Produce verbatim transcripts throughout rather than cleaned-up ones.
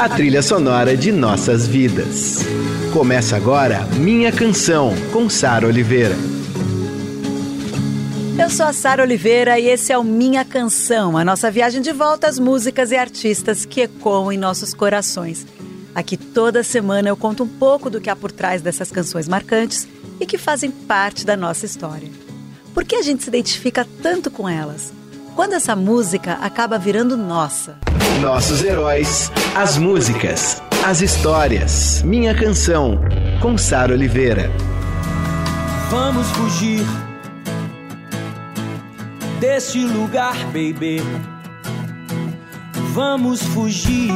a trilha sonora de nossas vidas. Começa agora Minha Canção, com Sara Oliveira. Eu sou a Sara Oliveira e esse é o Minha Canção, a nossa viagem de volta às músicas e artistas que ecoam em nossos corações. Aqui toda semana eu conto um pouco do que há por trás dessas canções marcantes e que fazem parte da nossa história. Por que a gente se identifica tanto com elas? Quando essa música acaba virando nossa? Nossos heróis, as músicas, as histórias. Minha Canção, com Sara Oliveira. Vamos fugir deste lugar, baby. Vamos fugir.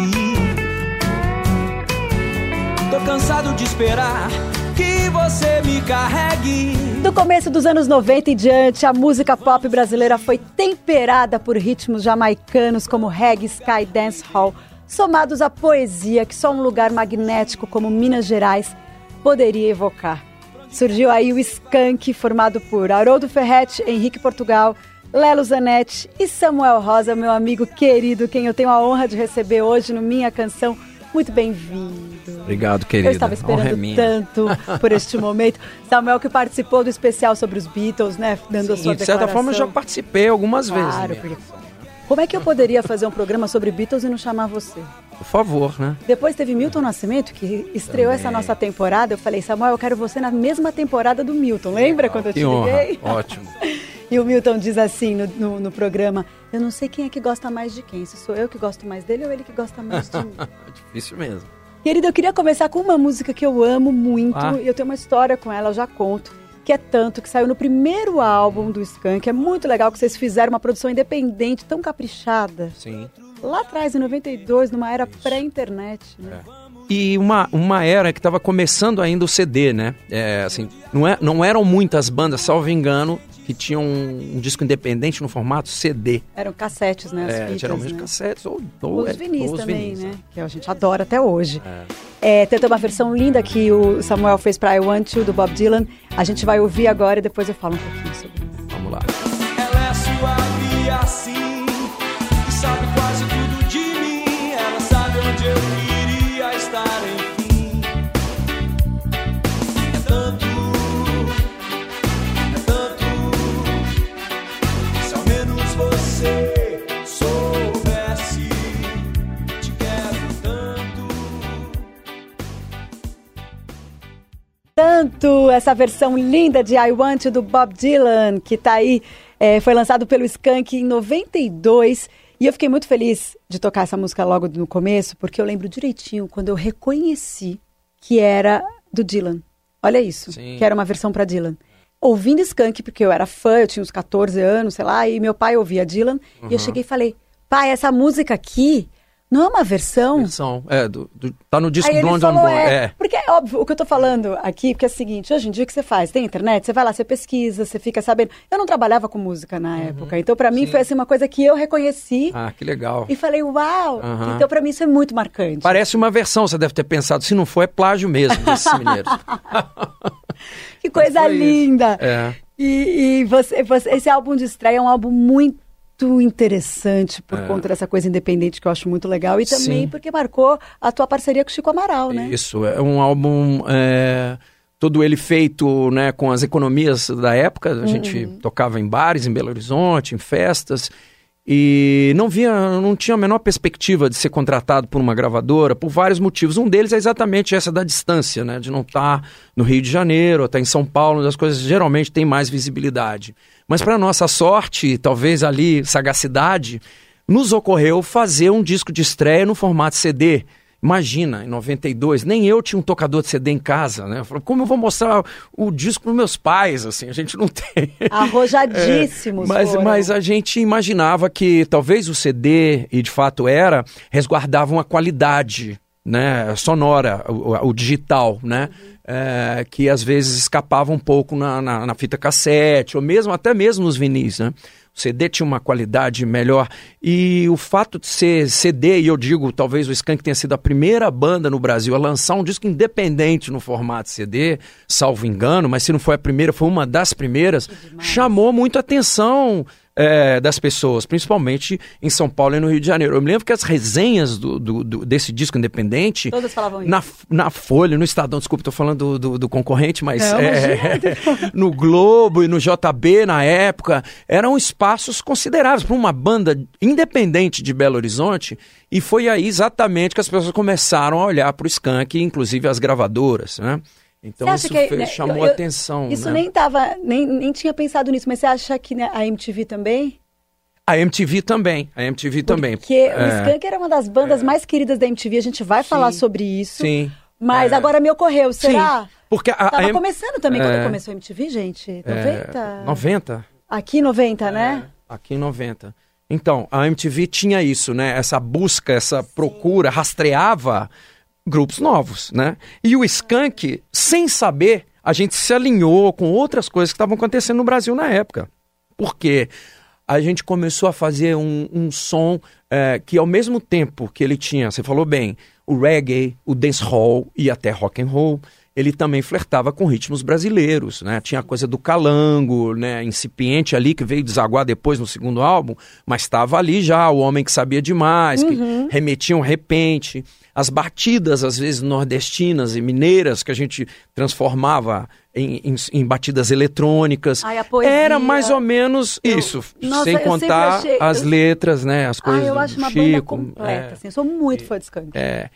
Tô cansado de esperar que você me carregue. Do começo dos anos noventa em diante, a música pop brasileira foi temperada por ritmos jamaicanos como reggae, sky, dancehall, somados à poesia que só um lugar magnético como Minas Gerais poderia evocar. Surgiu aí o Skank, formado por Haroldo Ferretti, Henrique Portugal, Lelo Zanetti e Samuel Rosa, meu amigo querido, quem eu tenho a honra de receber hoje no Minha Canção. Muito bem-vindo. Obrigado, querida. Eu estava esperando é tanto por este momento. Samuel, que participou do especial sobre os Beatles, né? Dando Sim, a sua de declaração. certa forma, eu já participei algumas claro, vezes. Porque... Como é que eu poderia fazer um programa sobre Beatles e não chamar você? Por favor, né? Depois teve Milton Nascimento, que estreou Também. essa nossa temporada. Eu falei, Samuel, eu quero você na mesma temporada do Milton. Lembra Legal, quando eu te que liguei? Honra. Ótimo. E o Milton diz assim no, no, no programa, eu não sei quem é que gosta mais de quem, se sou eu que gosto mais dele ou ele que gosta mais de mim. Difícil mesmo. Querida, eu queria começar com uma música que eu amo muito, ah. e eu tenho uma história com ela, eu já conto, que é tanto, que saiu no primeiro álbum do Skank. É muito legal que vocês fizeram uma produção independente, tão caprichada. Sim. Lá atrás, em noventa e dois, numa era Isso. pré-internet, né? É. E uma, uma era que estava começando ainda o C D, né? É, assim, não, é, não eram muitas bandas, salvo engano, que tinham um, um disco independente no formato C D. Eram cassetes, né? As é, fitas, geralmente né? cassetes ou, ou os é, vinis ou os também, vinis, né? É. Que a gente adora até hoje. É. É, tem uma versão linda que o Samuel fez para I Want To, do Bob Dylan. A gente vai ouvir agora e depois eu falo um pouquinho sobre isso. Vamos lá. Ela é suave e assim, e sabe quase tudo de mim. Ela sabe onde eu queria estar, enfim. É tanto, é tanto, se ao menos você soubesse, te quero tanto. Tanto essa versão linda de I Want You, do Bob Dylan, que tá aí, é, foi lançado pelo Skank em noventa e dois. E eu fiquei muito feliz de tocar essa música logo no começo, porque eu lembro direitinho quando eu reconheci que era do Dylan. Olha isso, Sim. que era uma versão para Dylan. Ouvindo Skank, porque eu era fã, eu tinha uns catorze anos, sei lá, e meu pai ouvia Dylan. Uhum. E eu cheguei e falei, pai, essa música aqui não é uma versão? Versão, é, do, do, tá no disco Aí Blonde ele on falou, Blonde. É, é. porque é óbvio, o que eu tô falando aqui, porque é o seguinte, hoje em dia o que você faz? Tem internet, você vai lá, você pesquisa, você fica sabendo. Eu não trabalhava com música na uhum, época, então pra mim sim. foi assim uma coisa que eu reconheci. Ah, que legal. E falei, uau! Uhum. Então pra mim isso é muito marcante. Parece uma versão, você deve ter pensado, se não for é plágio mesmo desses mineiros. Que coisa linda! É. E, e você, você, esse álbum de estreia é um álbum muito interessante por é. conta dessa coisa independente que eu acho muito legal e também Sim. porque marcou a tua parceria com o Chico Amaral, né? Isso, é um álbum é, todo ele feito, né, com as economias da época, a uhum. gente tocava em bares em Belo Horizonte, em festas e não via, não tinha a menor perspectiva de ser contratado por uma gravadora por vários motivos. Um deles é exatamente essa da distância, né, de não estar no Rio de Janeiro, estar em São Paulo, onde as coisas geralmente têm mais visibilidade. Mas para nossa sorte, talvez ali, sagacidade, nos ocorreu fazer um disco de estreia no formato C D. Imagina, em noventa e dois, nem eu tinha um tocador de C D em casa, né? Eu falei, como eu vou mostrar o disco para meus pais, assim, a gente não tem. Arrojadíssimos. É, mas, mas a gente imaginava que talvez o C D, e de fato era, resguardava uma qualidade, né, sonora, o, o digital, né? Uhum. É, que às vezes escapava um pouco na, na, na fita cassete, ou mesmo até mesmo nos vinis, né? O C D tinha uma qualidade melhor. E o fato de ser C D, e eu digo, talvez o Skank tenha sido a primeira banda no Brasil a lançar um disco independente no formato C D, salvo engano, mas se não foi a primeira, foi uma das primeiras, chamou muito atenção é, das pessoas, principalmente em São Paulo e no Rio de Janeiro. Eu me lembro que as resenhas do, do, do, desse disco independente... Todas falavam isso. Na, na Folha, no Estadão, desculpa, estou falando do, do, do concorrente, mas Não, é, no Globo e no J B na época, eram espaços consideráveis para uma banda independente de Belo Horizonte, e foi aí exatamente que as pessoas começaram a olhar para o Skank, inclusive as gravadoras, né? Então isso que, fez, né, chamou eu, a eu, atenção. Isso né? nem tava, nem, nem tinha pensado nisso, mas você acha que, né, a M T V também? A M T V também, a M T V também. Porque é, o Skank era uma das bandas é, mais queridas da M T V, a gente vai sim, falar sobre isso. Sim. Mas é, agora me ocorreu, será? Sim, porque a, Tava a M... começando também, é, quando começou a M T V, gente? noventa? É, noventa. Aqui noventa, é, né? Aqui em noventa. Então, a M T V tinha isso, né? Essa busca, essa sim, procura, rastreava grupos novos, né? E o Skank, sem saber, a gente se alinhou com outras coisas que estavam acontecendo no Brasil na época. Por quê? A gente começou a fazer um, um som é, que ao mesmo tempo que ele tinha, você falou bem, o reggae, o dancehall e até rock and roll, ele também flertava com ritmos brasileiros, né? Tinha a coisa do calango, né? Incipiente ali, que veio desaguar depois no segundo álbum, mas estava ali já o Homem que Sabia Demais, uhum, que remetiam repente, as batidas às vezes nordestinas e mineiras que a gente transformava em, em, em batidas eletrônicas. Ai, a poesia. Era mais ou menos eu, isso, nossa, sem contar achei, as eu... letras, né? As coisas ah, eu do acho uma Chico. Banda completa, é, assim, eu sou muito fã de Skank. É,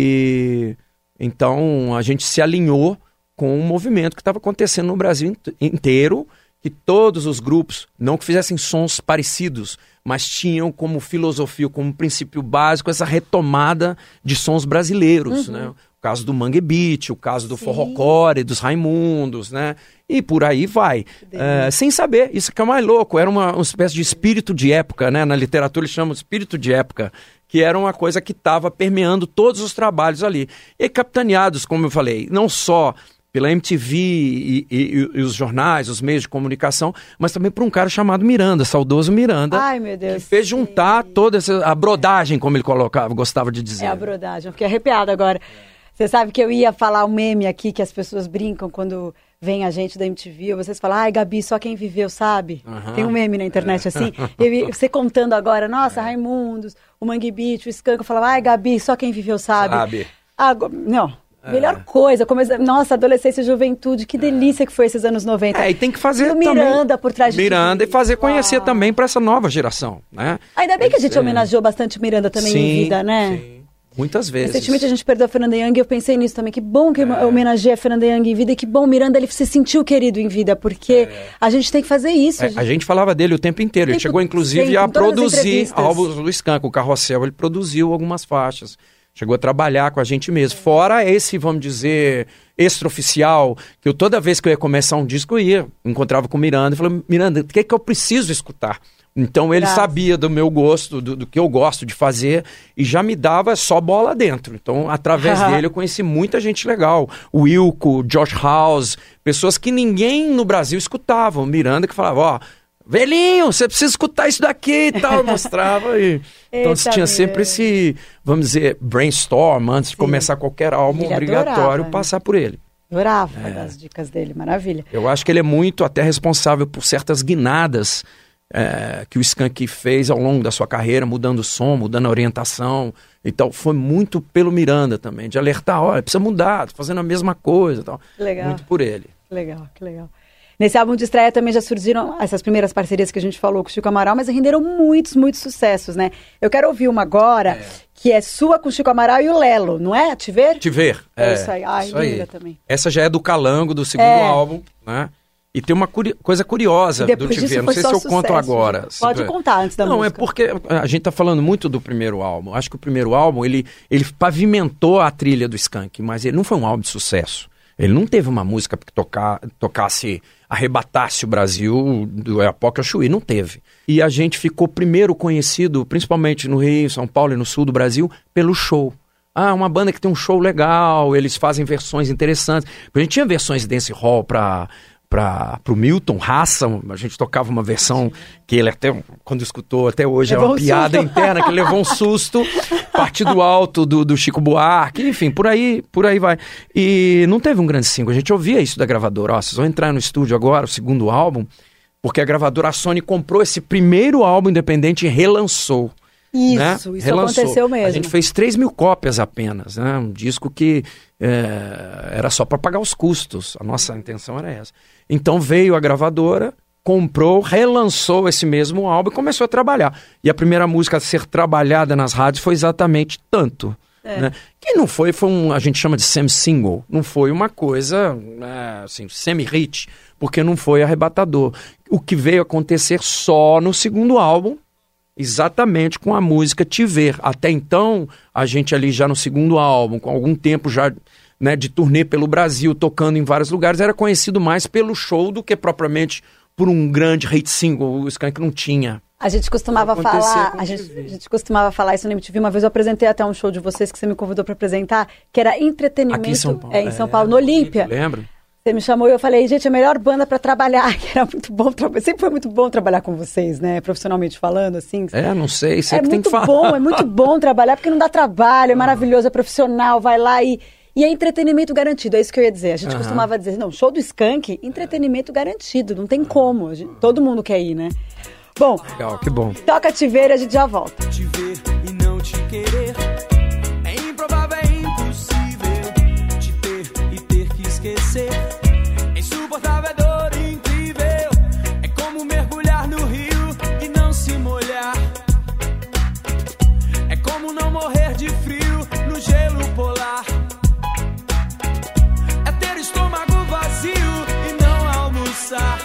e então a gente se alinhou com um movimento que estava acontecendo no Brasil inteiro, que todos os grupos, não que fizessem sons parecidos, mas tinham como filosofia, como princípio básico, essa retomada de sons brasileiros, uhum, né? O caso do Mangue Beat, o caso do Sim. Forrocore, dos Raimundos, né? E por aí vai. É, sem saber, isso que é o mais louco, era uma, uma espécie de espírito de época, né? Na literatura eles chamam de espírito de época, que era uma coisa que estava permeando todos os trabalhos ali. E capitaneados, como eu falei, não só pela M T V e, e, e os jornais, os meios de comunicação, mas também por um cara chamado Miranda, saudoso Miranda. Ai, meu Deus. Que fez juntar toda essa, a brodagem, como ele colocava, gostava de dizer. É a brodagem, eu fiquei arrepiada agora. Você sabe que eu ia falar um meme aqui que as pessoas brincam quando vem a gente da M T V, ou vocês falam, ai, Gabi, só quem viveu sabe. Uhum. Tem um meme na internet assim. Eu, você contando agora, nossa, Raimundos, o Mangue Beat, o Skank, eu falava, ai, Gabi, só quem viveu sabe. Sabe. Agora, não. Melhor coisa, como, nossa, adolescência e juventude, que delícia que foi esses anos noventa. É, e tem que fazer e o Miranda também, por trás de Miranda tudo e fazer conhecer Uau. também para essa nova geração, né? Ainda bem que a gente é. homenageou bastante Miranda também sim, em vida, né? Sim, muitas vezes. Recentemente a gente perdeu a Fernanda Young e eu pensei nisso também, que bom que é. eu homenageei a Fernanda Young em vida e que bom, Miranda, ele se sentiu querido em vida, porque é. a gente tem que fazer isso. É, a, gente... a gente falava dele o tempo inteiro, ele chegou inclusive sempre, a produzir álbuns do Skank, o Carrossel, ele produziu algumas faixas. Chegou a trabalhar com a gente mesmo. Fora esse, vamos dizer, extraoficial, que eu toda vez que eu ia começar um disco, eu ia, encontrava com o Miranda e falava, Miranda, o que é que eu preciso escutar? Então ele Graças. sabia do meu gosto, do, do que eu gosto de fazer, e já me dava só bola dentro. Então, através dele, eu conheci muita gente legal. O Wilco, Josh House, pessoas que ninguém no Brasil escutava. O Miranda que falava, ó... Velhinho, você precisa escutar isso daqui e tal, mostrava e... Então Eita, tinha sempre esse, vamos dizer, brainstorm antes Sim. de começar qualquer álbum, ele obrigatório adorava, passar né? por ele. Adorava é. das dicas dele, maravilha. Eu acho que ele é muito até responsável por certas guinadas é, que o Skank fez ao longo da sua carreira, mudando o som, mudando a orientação e tal. Foi muito pelo Miranda também, de alertar, olha, precisa mudar, tô fazendo a mesma coisa e tal. Legal. Muito por ele. Que legal, que legal. Nesse álbum de estreia também já surgiram essas primeiras parcerias que a gente falou com o Chico Amaral, mas renderam muitos, muitos sucessos, né? Eu quero ouvir uma agora, é. que é sua com o Chico Amaral e o Lelo, não é? Te Ver? Te Ver. É, é isso aí. Ai, isso linda aí. também. Essa já é do Calango, do segundo é. álbum, né? E tem uma curi- coisa curiosa do Te Ver, não sei se eu sucesso, conto agora. Gente. Pode contar antes da não, música. Não, é porque a gente tá falando muito do primeiro álbum. Acho que o primeiro álbum, ele, ele pavimentou a trilha do Skank, mas ele não foi um álbum de sucesso. Ele não teve uma música que tocar, tocasse, arrebatasse o Brasil do Epoca Chuí, não teve. E a gente ficou primeiro conhecido, principalmente no Rio, São Paulo e no sul do Brasil, pelo show. Ah, uma banda que tem um show legal, eles fazem versões interessantes. A gente tinha versões de dance hall para para o Milton Raça, a gente tocava uma versão que ele até, quando escutou até hoje, levou é uma um piada susto. interna, que ele levou um susto, partido alto do, do Chico Buarque, enfim, por aí, por aí vai. E não teve um grande single, a gente ouvia isso da gravadora, ó, vocês vão entrar no estúdio agora, o segundo álbum, Porque a gravadora, a Sony, comprou esse primeiro álbum independente e relançou. Isso, né? isso Relançou. aconteceu mesmo. A gente fez três mil cópias apenas, né? Um disco que é, era só para pagar os custos. A nossa intenção era essa. Então veio a gravadora, comprou, relançou esse mesmo álbum e começou a trabalhar. E a primeira música a ser trabalhada nas rádios foi exatamente Tanto. É. Né? Que não foi, foi um, a gente chama de semi-single, não foi uma coisa né, assim, semi-hit, porque não foi arrebatador. O que veio acontecer só no segundo álbum, exatamente com a música Te Ver. Até então, a gente ali já no segundo álbum, com algum tempo já né, de turnê pelo Brasil, tocando em vários lugares, era conhecido mais pelo show do que propriamente por um grande hit single. O Skank não tinha. A gente costumava falar, a gente, a gente costumava falar isso no M T V. Uma vez eu apresentei até um show de vocês que você me convidou para apresentar, que era entretenimento. Aqui em São Paulo. É, em São Paulo, é, no Olímpia. Lembro. Você me chamou e eu falei, gente, a melhor banda para trabalhar, que era muito bom, tra... sempre foi muito bom trabalhar com vocês, né, profissionalmente falando, assim. É, não sei, sei é que tem que falar. É muito bom, é muito bom trabalhar, porque não dá trabalho, é maravilhoso, é profissional, vai lá e... E é entretenimento garantido, é isso que eu ia dizer. A gente uhum. costumava dizer, não, show do Skank, entretenimento garantido, não tem como, gente, todo mundo quer ir, né? Bom, legal, que bom. Toca Te Ver e a gente já volta. Te ver e não te querer é improvável, é impossível. Te ter e ter que esquecer é insuportável, é dor incrível. É como mergulhar no rio e não se molhar. É como não morrer de frio no gelo polar. É ter estômago vazio e não almoçar.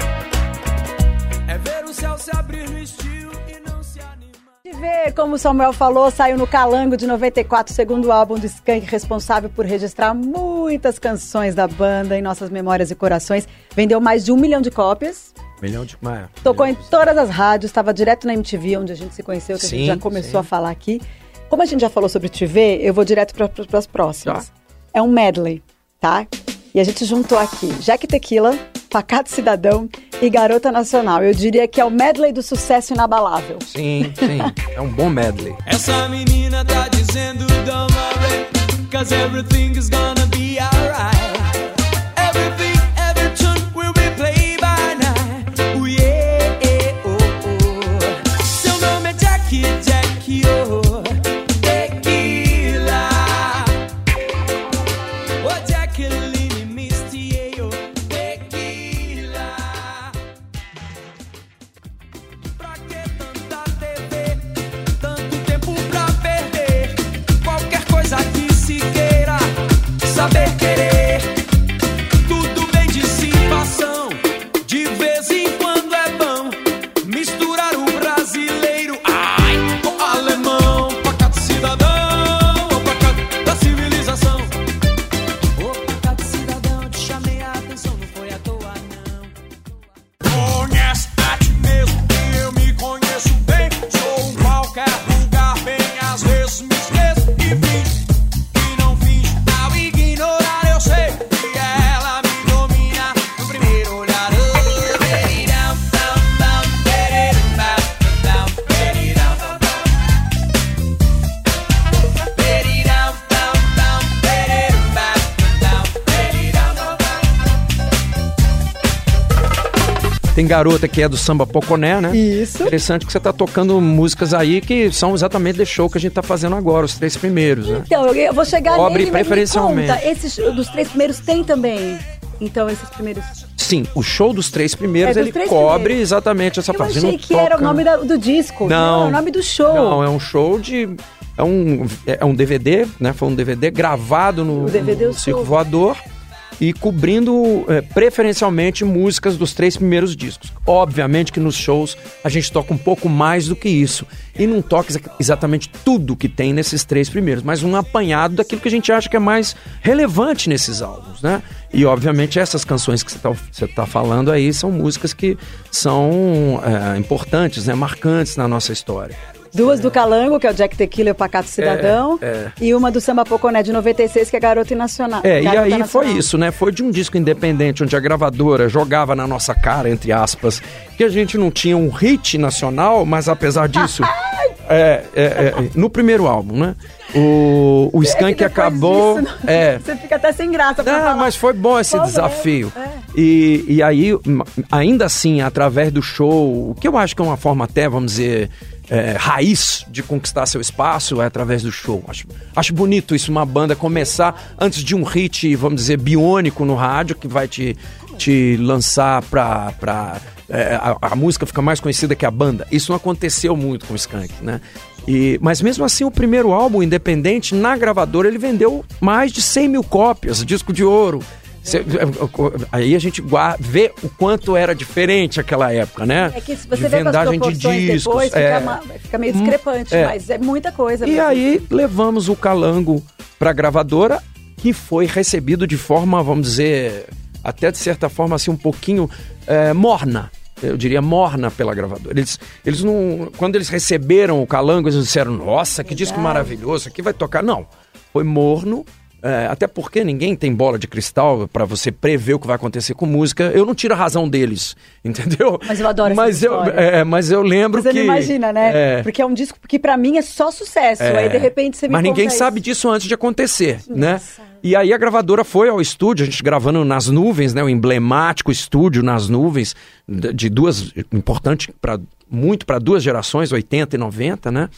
É ver o céu se abrir no estio e não se animar. De Ver, como o Samuel falou, saiu no Calango de noventa e quatro, segundo álbum do Skank, responsável por registrar muitas canções da banda em nossas memórias e corações. Vendeu mais de um milhão de cópias. Milhão de... É, Tocou milhão em todas as rádios, estava direto na M T V, onde a gente se conheceu, que sim, a gente já começou sim. a falar aqui. Como a gente já falou sobre Te Ver, eu vou direto para as próximas. Tá. É um medley, tá? E a gente juntou aqui Jack Tequila, Pacato Cidadão e Garota Nacional. Eu diria que é o medley do sucesso inabalável. Sim, sim. É um bom medley. Essa menina tá dizendo don't worry, cause everything is gonna be alright. Everything, every tune will be played by night. Oh yeah, oh oh. Seu nome é Jack, Jack, oh. Tequila. Oh Jacqueline. Saber querer, tudo bem dissipação. De vez em quando é bom misturar o brasileiro, ai, com o alemão. Pacato cidadão, o pacato da civilização. O pacato cidadão, te chamei a atenção, não foi à toa não. Conhece a ti mesmo que eu me conheço bem. Sou em qualquer lugar, bem às vezes me esqueço e finge. Tem Garota, que é do Samba Poconé, né? Isso. Interessante que você tá tocando músicas aí que são exatamente desse show que a gente tá fazendo agora, os três primeiros, né? Então, eu vou chegar Cobre nele, preferencialmente. Mas me conta, esses dos três primeiros tem também? Então, esses primeiros... Sim, o show dos três primeiros, é, dos ele três cobre primeiros. Exatamente essa eu parte. Eu achei que toca... era o nome da, do disco. Não. Não, é o nome do show. Não, é um show de... É um, é um D V D, né? Foi um D V D gravado no, D V D no Circo Voador. E cobrindo é, preferencialmente músicas dos três primeiros discos. Obviamente que nos shows a gente toca um pouco mais do que isso. E não toca ex- exatamente tudo que tem nesses três primeiros, mas um apanhado daquilo que a gente acha que é mais relevante nesses álbuns, né? E obviamente essas canções que você está tá falando aí são músicas que são é, importantes, né? Marcantes na nossa história. Duas do Calango, que é o Jack Tequila e o Pacato Cidadão. É, é. E uma do Samba Poconé de noventa e seis, que é Garota Nacional. É, Garota e aí Nacional. foi isso, né? Foi de um disco independente, onde a gravadora jogava na nossa cara, entre aspas, que a gente não tinha um hit nacional, mas apesar disso... é, é, é, no primeiro álbum, né? O, o Skank é acabou... Disso, é, você fica até sem graça pra é, falar. mas foi bom esse Qual desafio. é? É. E, e aí, ainda assim, através do show, o que eu acho que é uma forma até, vamos dizer, é, raiz de conquistar seu espaço é através do show. Acho, acho bonito isso, uma banda começar antes de um hit, vamos dizer, biônico no rádio, que vai te, te lançar pra... pra é, a, a música fica mais conhecida que a banda. Isso não aconteceu muito com o Skank, né? E, mas mesmo assim, o primeiro álbum independente, na gravadora, ele vendeu mais de cem mil cópias, disco de ouro. Cê, aí a gente guarda, vê o quanto era diferente aquela época, né? É que se você de vê vendagem com as de discos. depois, é, fica, uma, fica meio discrepante, é. mas é muita coisa. E mesmo. aí levamos o Calango para a gravadora, que foi recebido de forma, vamos dizer, até de certa forma assim um pouquinho é, morna. Eu diria morna pela gravadora. Eles, eles não, quando eles receberam o Calango, eles disseram, nossa, que disco maravilhoso, aqui vai tocar. Não, foi morno, é, até porque ninguém tem bola de cristal para você prever o que vai acontecer com música. Eu não tiro a razão deles, entendeu? Mas eu adoro mas essa eu, história. é, Mas eu lembro Você que... não imagina, né? É, Porque é um disco que pra mim é só sucesso. É, aí de repente você me mas conta ninguém isso. sabe disso antes de acontecer, Nossa. né? E aí a gravadora foi ao estúdio, a gente gravando nas nuvens, né? O emblemático estúdio nas nuvens, de duas, importante para muito para duas gerações, oitenta e noventa, né?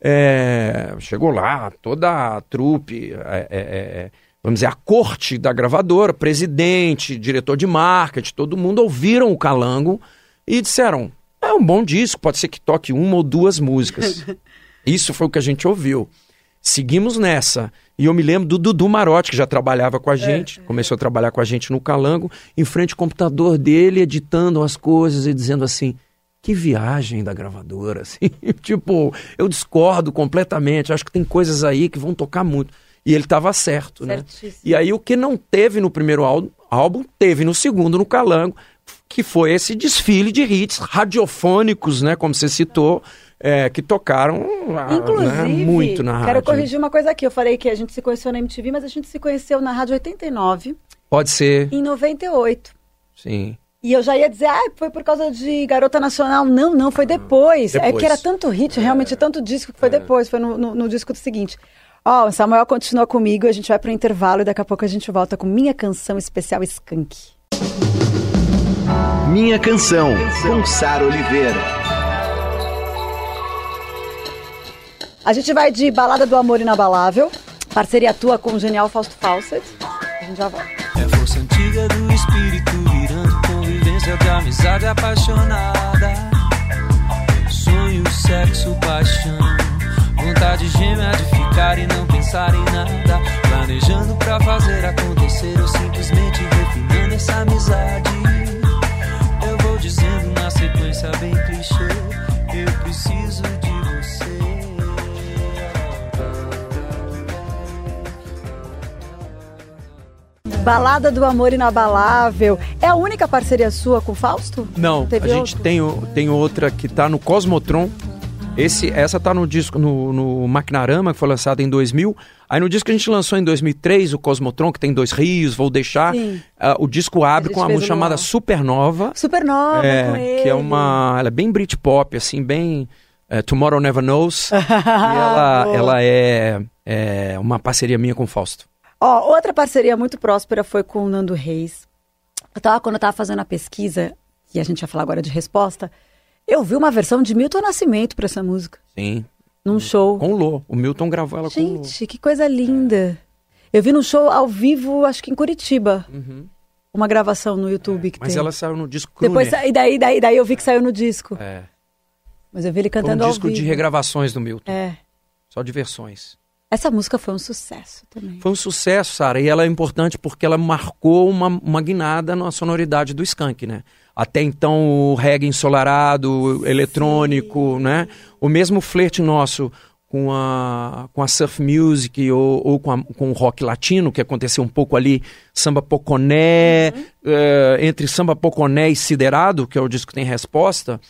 É, chegou lá, toda a trupe, é, é, vamos dizer, a corte da gravadora, presidente, diretor de marketing, todo mundo ouviram o Calango e disseram, é um bom disco, pode ser que toque uma ou duas músicas. Isso foi o que a gente ouviu. Seguimos nessa. E eu me lembro do Dudu Marotti, que já trabalhava com a gente, é, começou a trabalhar com a gente no Calango, em frente ao computador dele, editando as coisas e dizendo assim, que viagem da gravadora, assim, tipo, eu discordo completamente, acho que tem coisas aí que vão tocar muito. E ele estava certo, né? E aí o que não teve no primeiro álbum, teve no segundo, no Calango, que foi esse desfile de hits radiofônicos, né, como você citou, É, que tocaram Inclusive, né, muito na rádio. Quero corrigir uma coisa aqui. Eu falei que a gente se conheceu na M T V, mas a gente se conheceu na Rádio oitenta e nove. Pode ser. Em noventa e oito. Sim. E eu já ia dizer, ah, foi por causa de Garota Nacional. Não, não, foi depois. depois. É que era tanto hit, realmente tanto disco que foi é. depois. Foi no, no, no disco seguinte. Ó, oh, o Samuel continua comigo, a gente vai pro intervalo e daqui a pouco a gente volta com Minha Canção Especial Skank. Minha Canção, com Sara Oliveira. A gente vai de Balada do Amor Inabalável, parceria tua com o genial Fausto Fawcett. A gente já volta. É força antiga do espírito virando convivência de amizade apaixonada. Sonho, sexo, paixão, vontade gêmea de ficar e não pensar em nada. Planejando pra fazer acontecer ou simplesmente refinando essa amizade. Eu vou dizendo na sequência bem clichê, eu preciso de você. Balada do Amor Inabalável. É a única parceria sua com o Fausto? Não, Teve a gente tem, tem outra que tá no Cosmotron. Esse, essa tá no disco, no, no Maquinarama, que foi lançado em dois mil. Aí no disco que a gente lançou em dois mil e três, o Cosmotron, que tem Dois Rios, Vou Deixar. Uh, o disco abre com uma música chamada um... Supernova. Supernova, é, com ele. Que é uma... Ela é bem Britpop, assim, bem... Uh, Tomorrow Never Knows. E ela, ela é, é uma parceria minha com o Fausto. Ó, outra parceria muito próspera foi com o Nando Reis. Eu tava, quando eu tava fazendo a pesquisa, e a gente vai falar agora de resposta, eu vi uma versão de Milton Nascimento pra essa música. Sim. Num show. Com o Lô. O Milton gravou ela gente, com o Lô. Gente, que coisa linda. Eu vi num show ao vivo, acho que em Curitiba. Uhum. Uma gravação no YouTube que Mas tem. ela saiu no disco Crooner. Depois, e daí, daí, daí eu vi que saiu no disco. É. Mas eu vi ele cantando ao vivo. Foi um disco de regravações do Milton. É. Só de versões. Essa música foi um sucesso também. Foi um sucesso, Sara, e ela é importante porque ela marcou uma, uma guinada na sonoridade do Skank, né? Até então o reggae ensolarado, eletrônico, sim, né? O mesmo flerte nosso com a, com a surf music ou, ou com, a, com o rock latino, que aconteceu um pouco ali, samba poconé, uhum. é, entre samba poconé e Siderado, que é o disco que tem resposta,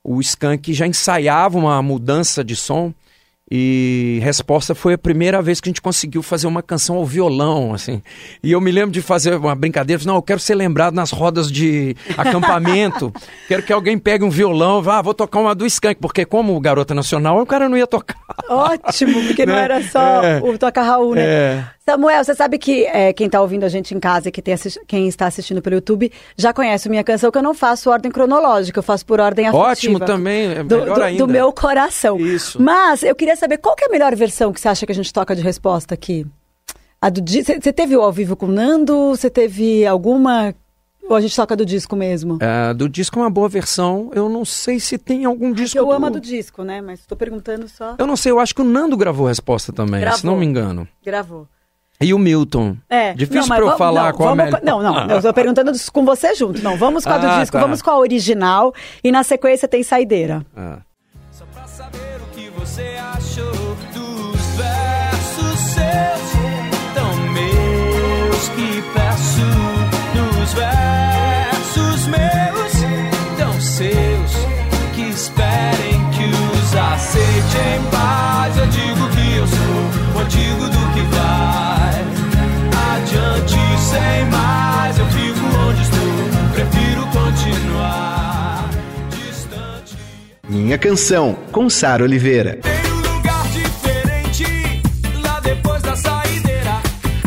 o Skank já ensaiava uma mudança de som. E Resposta foi a primeira vez que a gente conseguiu fazer uma canção ao violão, assim. E eu me lembro de fazer uma brincadeira, não, eu quero ser lembrado nas rodas de acampamento, quero que alguém pegue um violão, vá, ah, vou tocar uma do Skank, porque como Garota Nacional, o cara não ia tocar. Ótimo, porque não era só é, o Toca Raul, né? É. Samuel, você sabe que é, quem está ouvindo a gente em casa e que tem assisti- quem está assistindo pelo YouTube já conhece Minha Canção, que eu não faço ordem cronológica, eu faço por ordem afetiva. Ótimo também, é do, melhor do, ainda. do meu coração. Isso. Mas eu queria saber qual que é a melhor versão que você acha que a gente toca de Resposta aqui? A do disco? Você teve o ao vivo com o Nando? Você teve alguma... Ou a gente toca do disco mesmo? É, do disco é uma boa versão. Eu não sei se tem algum disco... Eu do... amo a do disco, né? Mas estou perguntando só... Eu não sei, eu acho que o Nando gravou Resposta também, gravou. Se não me engano. Gravou. E o Milton. É. Difícil para eu vamos, falar não, qual a melhor. Não, não, eu estou perguntando com você junto. Não, vamos com a do ah, disco, tá. vamos com a original. E na sequência tem Saideira. Ah. Só pra saber o que você achou dos versos seus, tão meus que peço, dos versos meus, tão seus que esperem que os aceite em paz. Eu digo que eu sou o antigo do que vai adiante sem mais. Eu fico onde estou, prefiro continuar distante. Minha Canção, com Sara Oliveira. Tem um lugar diferente lá depois da saideira.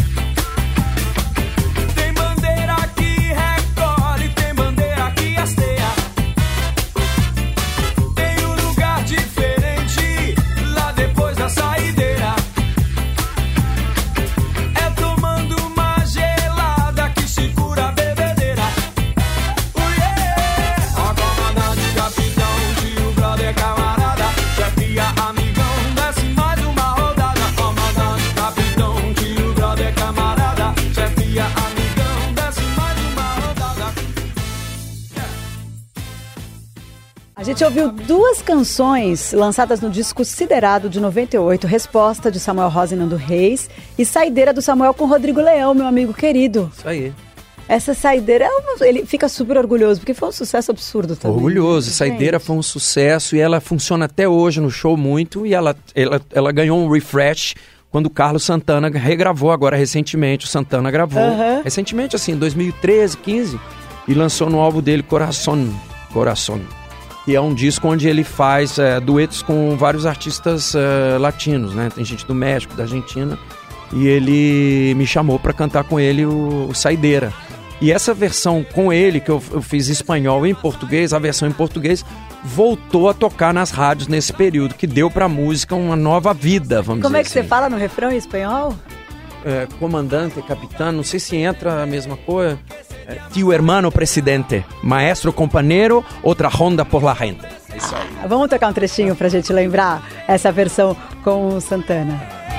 Tem bandeira que recolhe, tem bandeira que hasteia. Tem um lugar diferente lá depois da saideira. É tomando uma gelada que se cura a bebedeira. Oh yeah! A comandante, capitão, tio, brother, camarada, chefia, amigão, desce mais uma rodada. Comandante, capitão, tio, brother, camarada, chefia, amigão, desce mais uma rodada. A gente ouviu duas canções lançadas no disco Siderado de noventa e oito, Resposta de Samuel Rosa e Nando Reis e Saideira do Samuel com Rodrigo Leão, meu amigo querido. Isso aí. Essa Saideira, ele fica super orgulhoso, porque foi um sucesso absurdo também. Orgulhoso. Gente. Saideira foi um sucesso e ela funciona até hoje no show muito. E ela, ela, ela ganhou um refresh quando o Carlos Santana regravou agora recentemente. O Santana gravou Uhum. recentemente, assim, em dois mil e treze, quinze. E lançou no álbum dele Coração. Coração. Que é um disco onde ele faz é, duetos com vários artistas é, latinos, né? Tem gente do México, da Argentina. E ele me chamou para cantar com ele o, o Saideira. E essa versão com ele, que eu, eu fiz em espanhol e em português, a versão em português, voltou a tocar nas rádios nesse período, que deu pra música uma nova vida, vamos Como dizer é que assim. você fala no refrão em espanhol? É, comandante, capitão, não sei se entra a mesma coisa. É, tio hermano presidente, maestro companheiro, outra ronda por la gente. É isso aí. Vamos tocar um trechinho pra gente lembrar essa versão com o Santana.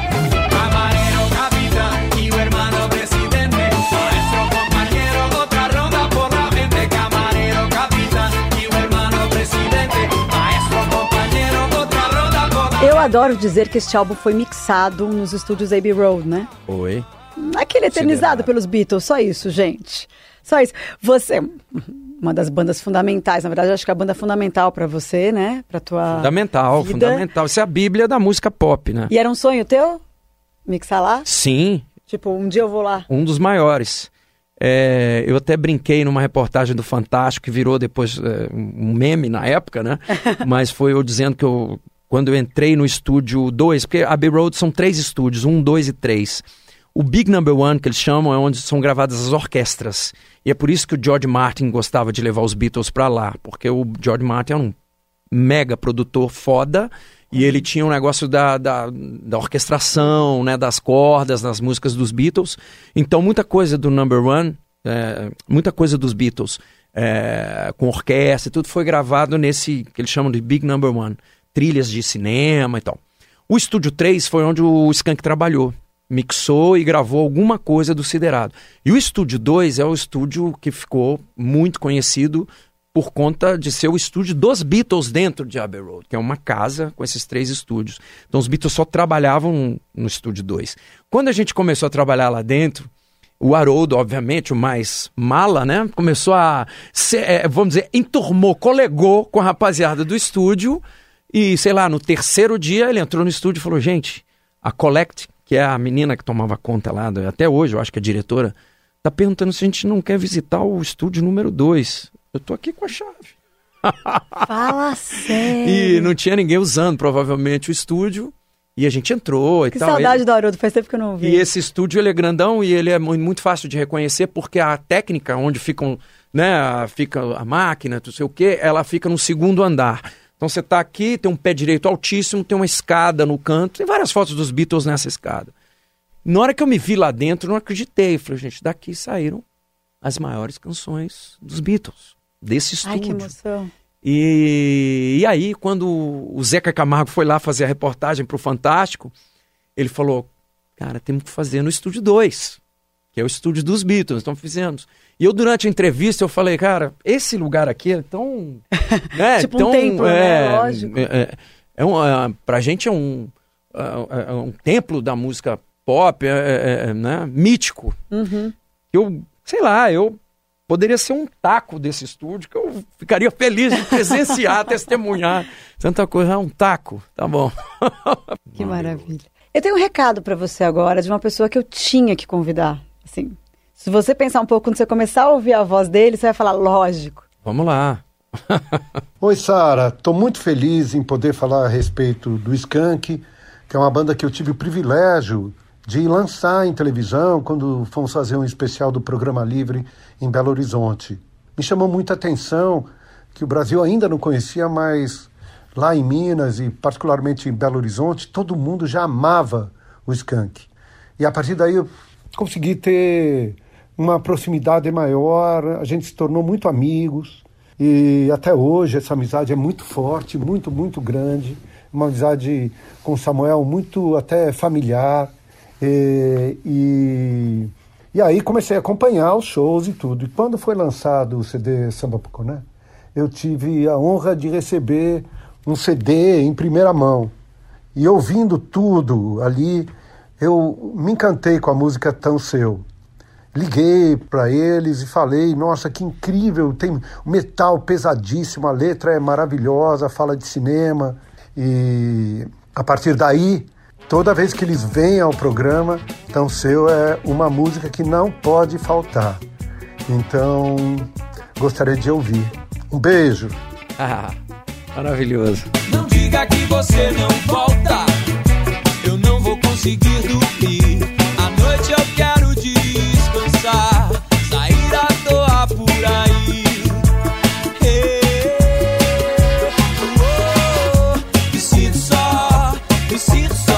Camarero, capitán, y hermano presidente, maestro compañero, otra ronda por la gente. Camarero, capitán, y hermano presidente, maestro compañero, otra ronda por la gente. Eu adoro dizer que este álbum foi mixado nos estúdios Abbey Road, né? Oi. Aquele eternizado Considerado. pelos Beatles, só isso, gente. Só isso. Você, uma das bandas fundamentais, na verdade, acho que é a banda fundamental pra você, né? Pra tua Fundamental, vida. fundamental. Isso é a bíblia da música pop, né? E era um sonho teu? Mixar lá? Sim, Tipo, um dia eu vou lá. um dos maiores. É, eu até brinquei numa reportagem do Fantástico, que virou depois é, um meme na época, né? Mas foi eu dizendo que eu, quando eu entrei no estúdio dois, porque a Abbey Road são três estúdios, um, dois e três. O Big Number One, que eles chamam, é onde são gravadas as orquestras. E é por isso que o George Martin gostava de levar os Beatles pra lá, porque o George Martin era um mega produtor foda, e ele tinha um negócio da, da, da orquestração, né, das cordas, das músicas dos Beatles. Então muita coisa do Number One, é, muita coisa dos Beatles, é, com orquestra e tudo, foi gravado nesse, que eles chamam de Big Number One, trilhas de cinema e tal. O Estúdio três foi onde o Skank trabalhou, mixou e gravou alguma coisa do Siderado. E o Estúdio dois é o estúdio que ficou muito conhecido por conta de ser o estúdio dos Beatles dentro de Abbey Road, que é uma casa com esses três estúdios. Então os Beatles só trabalhavam no Estúdio dois. Quando a gente começou a trabalhar lá dentro, O Haroldo, obviamente, o mais mala, né? Começou a, ser, é, vamos dizer, enturmou, colegou com a rapaziada do estúdio. E, sei lá, no terceiro dia ele entrou no estúdio e falou, gente, a Collect, que é a menina que tomava conta lá, até hoje, eu acho que é a diretora, tá perguntando se a gente não quer visitar o estúdio número dois. Eu tô aqui com a chave. Fala sério. E não tinha ninguém usando, provavelmente, o estúdio. E a gente entrou e que tal. Que saudade ele... do Haroldo, faz tempo que eu não vi. E esse estúdio, ele é grandão e ele é muito fácil de reconhecer, porque a técnica onde ficam, né, fica a máquina, não sei o quê, ela fica no segundo andar. Então você tá aqui, tem um pé direito altíssimo, tem uma escada no canto, tem várias fotos dos Beatles nessa escada. Na hora que eu me vi lá dentro, eu não acreditei. Falei, gente, daqui saíram as maiores canções dos Beatles, desse estúdio. Ai, que emoção. E, e aí, quando o Zeca Camargo foi lá fazer a reportagem pro Fantástico, ele falou, cara, temos que fazer no estúdio dois, que é o estúdio dos Beatles, então fizemos. E eu, durante a entrevista, eu falei, cara, esse lugar aqui é tão... Né, tipo tão, um templo, é, né? Lógico. É, é, é um, é, pra gente é um, é, é um templo da música pop, é, é, é, né, mítico. Uhum. Eu, sei lá, eu... Poderia ser um taco desse estúdio, que eu ficaria feliz de presenciar, testemunhar. Tanta coisa, é um taco, tá bom. Que maravilha. Eu tenho um recado para você agora, de uma pessoa que eu tinha que convidar. Assim, se você pensar um pouco, quando você começar a ouvir a voz dele, você vai falar, lógico. Vamos lá. Oi, Sara. Estou muito feliz em poder falar a respeito do Skank, que é uma banda que eu tive o privilégio de lançar em televisão quando fomos fazer um especial do Programa Livre em Belo Horizonte. Me chamou muita atenção que o Brasil ainda não conhecia, mas lá em Minas e particularmente em Belo Horizonte, todo mundo já amava o Skank. E a partir daí eu consegui ter uma proximidade maior, a gente se tornou muito amigos e até hoje essa amizade é muito forte, muito, muito grande. Uma amizade com o Samuel muito até familiar. E, e, e aí comecei a acompanhar os shows e tudo. E quando foi lançado o C D Samba Puconé, eu tive a honra de receber um C D em primeira mão. E ouvindo tudo ali, eu me encantei com a música Tão Seu. Liguei para eles e falei, nossa, que incrível, tem metal pesadíssimo, a letra é maravilhosa, fala de cinema. E a partir daí... Toda vez que eles vêm ao programa, Tão Seu é uma música que não pode faltar. Então, gostaria de ouvir. Um beijo. Ah, maravilhoso. Não diga que você não volta, eu não vou conseguir dormir. À noite eu quero descansar, sair à toa por aí. Hey, oh, oh, me sinto só, me sinto só.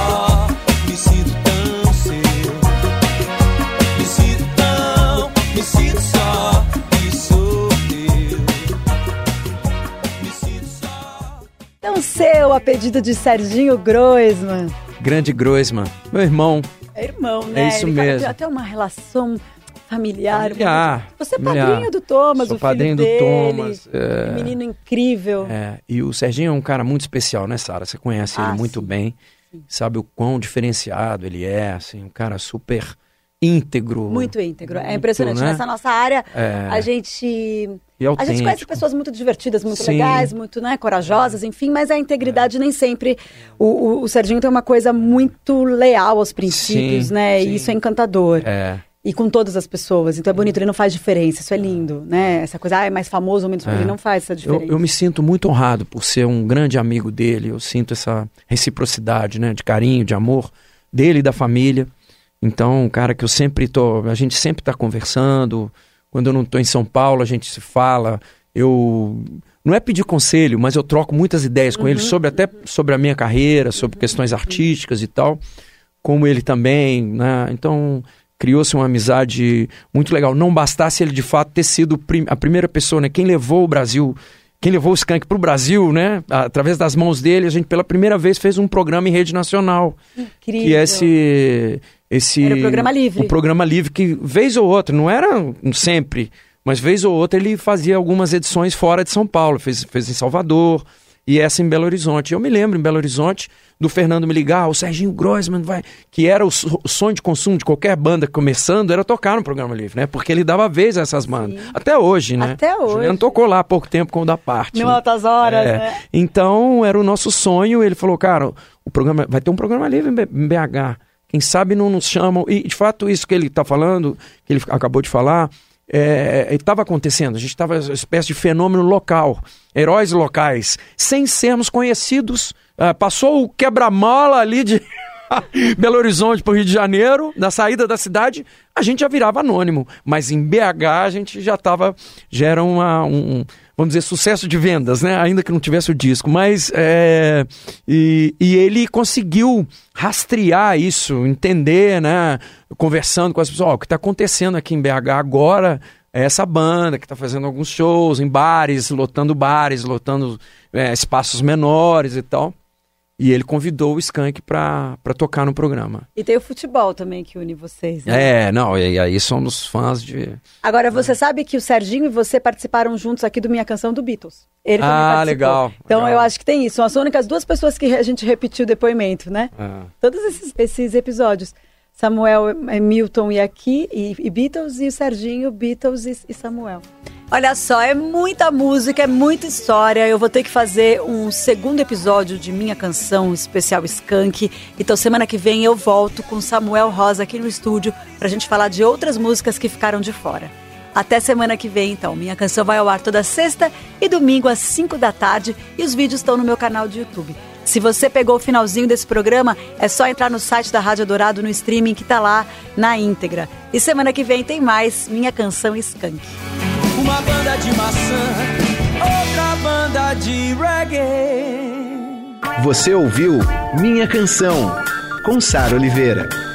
Seu, a pedido de Serginho Groisman. Grande Groisman, meu irmão. É irmão, né? É isso Ele mesmo. Tem até uma relação familiar. familiar Você é familiar. padrinho do Thomas, Sou o filho padrinho dele. do Thomas. É... Um menino incrível. É, e o Serginho é um cara muito especial, né, Sara? Você conhece ah, ele muito sim. bem. Sim. Sabe o quão diferenciado ele é, assim, um cara super íntegro. Muito íntegro. Muito, é impressionante. né? Nessa nossa área, é... a gente... E a gente conhece pessoas muito divertidas, muito Sim. legais, muito, né, corajosas, enfim, mas a integridade é. nem sempre... O, o, o Serginho tem uma coisa muito leal aos princípios, sim, né? sim. E isso é encantador. É. E com todas as pessoas. Então é bonito, ele não faz diferença, isso é lindo, né? Essa coisa, ah, é mais famoso ou menos, é. ele não faz essa diferença. Eu, eu me sinto muito honrado por ser um grande amigo dele, eu sinto essa reciprocidade, né, de carinho, de amor dele e da família. Então, um cara que eu sempre tô, a gente sempre tá conversando, quando eu não tô em São Paulo, a gente se fala, eu, não é pedir conselho, mas eu troco muitas ideias com uhum. ele, sobre, até sobre a minha carreira, sobre questões artísticas e tal, como ele também, né, então criou-se uma amizade muito legal. Não bastasse ele de fato ter sido a primeira pessoa, né, quem levou o Brasil, quem levou o Skank pro Brasil, né, através das mãos dele, a gente pela primeira vez fez um programa em rede nacional. Incrível. Que é esse... Esse, era o Programa Livre. O Programa Livre, que vez ou outra, não era sempre, mas vez ou outra ele fazia algumas edições fora de São Paulo, fez, fez em Salvador, e essa em Belo Horizonte. Eu me lembro, em Belo Horizonte, do Fernando me ligar, o Serginho Groisman vai... Que era o, o sonho de consumo de qualquer banda começando, era tocar no Programa Livre, né? Porque ele dava vez a essas bandas. Sim. Até hoje, né? Até hoje. Juliano tocou lá há pouco tempo com o Da Parte. Não né? altas horas, é. né? Então, era o nosso sonho. Ele falou, cara, o programa, vai ter um Programa Livre em B H. Quem sabe não nos chamam. E, de fato, isso que ele está falando, que ele acabou de falar... É, estava acontecendo, a gente estava uma espécie de fenômeno local, heróis locais, sem sermos conhecidos. Uh, passou o quebra-mola ali de Belo Horizonte para o Rio de Janeiro, na saída da cidade, a gente já virava anônimo, mas em B H a gente já estava, já era uma, um, vamos dizer, sucesso de vendas, né? Ainda que não tivesse o disco, mas é, e, e ele conseguiu rastrear isso, entender, né? Conversando com as pessoas, ó, o que está acontecendo aqui em B H agora é essa banda que está fazendo alguns shows em bares, lotando bares, lotando é, espaços menores e tal. E ele convidou o Skank para tocar no programa. E tem o futebol também que une vocês, né? É, não, e aí somos fãs de... Agora, você sabe que o Serginho e você participaram juntos aqui do Minha Canção do Beatles. Ele também ah, participou. legal. Então, legal. eu acho que tem isso. São as únicas duas pessoas que a gente repetiu o depoimento, né? Ah. Todos esses, esses episódios. Samuel, Milton e aqui, e, e Beatles, e o Serginho, Beatles e, e Samuel. Olha só, é muita música, é muita história. Eu vou ter que fazer um segundo episódio de Minha Canção especial Skank. Então semana que vem eu volto com Samuel Rosa aqui no estúdio pra gente falar de outras músicas que ficaram de fora. Até semana que vem, então. Minha Canção vai ao ar toda sexta e domingo às cinco da tarde e os vídeos estão no meu canal de YouTube. Se você pegou o finalzinho desse programa, é só entrar no site da Rádio Dourado no streaming que tá lá na íntegra. E semana que vem tem mais Minha Canção Skank. Uma banda de maçã, outra banda de reggae. Você ouviu Minha Canção, com Sara Oliveira.